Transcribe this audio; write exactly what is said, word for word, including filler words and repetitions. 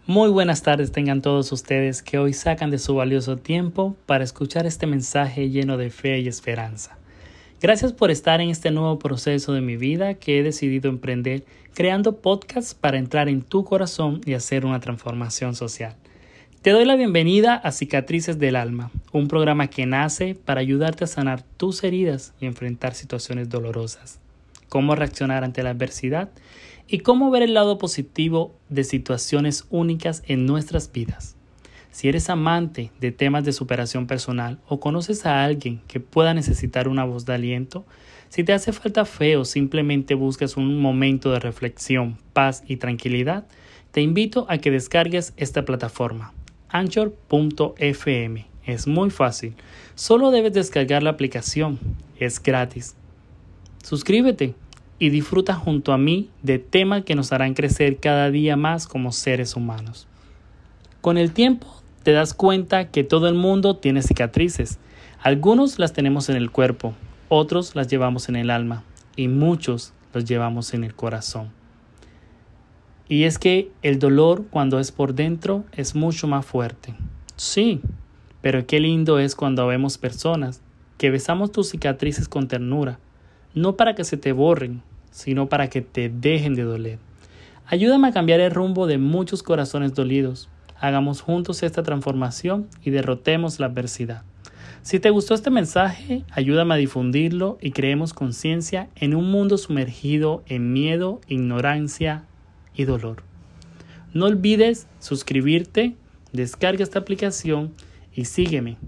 Muy buenas tardes tengan todos ustedes que hoy sacan de su valioso tiempo para escuchar este mensaje lleno de fe y esperanza. Gracias por estar en este nuevo proceso de mi vida que he decidido emprender creando podcasts para entrar en tu corazón y hacer una transformación social. Te doy la bienvenida a Cicatrices del Alma, un programa que nace para ayudarte a sanar tus heridas y enfrentar situaciones dolorosas. Cómo reaccionar ante la adversidad y cómo ver el lado positivo de situaciones únicas en nuestras vidas. Si eres amante de temas de superación personal o conoces a alguien que pueda necesitar una voz de aliento, si te hace falta fe o simplemente buscas un momento de reflexión, paz y tranquilidad, te invito a que descargues esta plataforma, anchor punto efe eme. Es muy fácil, solo debes descargar la aplicación, es gratis. Suscríbete y disfruta junto a mí de temas que nos harán crecer cada día más como seres humanos. Con el tiempo te das cuenta que todo el mundo tiene cicatrices. Algunos las tenemos en el cuerpo, otros las llevamos en el alma y muchos los llevamos en el corazón. Y es que el dolor cuando es por dentro es mucho más fuerte. Sí, pero qué lindo es cuando vemos personas que besamos tus cicatrices con ternura, no para que se te borren, sino para que te dejen de doler. Ayúdame a cambiar el rumbo de muchos corazones dolidos. Hagamos juntos esta transformación y derrotemos la adversidad. Si te gustó este mensaje, ayúdame a difundirlo y creemos conciencia en un mundo sumergido en miedo, ignorancia y dolor. No olvides suscribirte, descarga esta aplicación y sígueme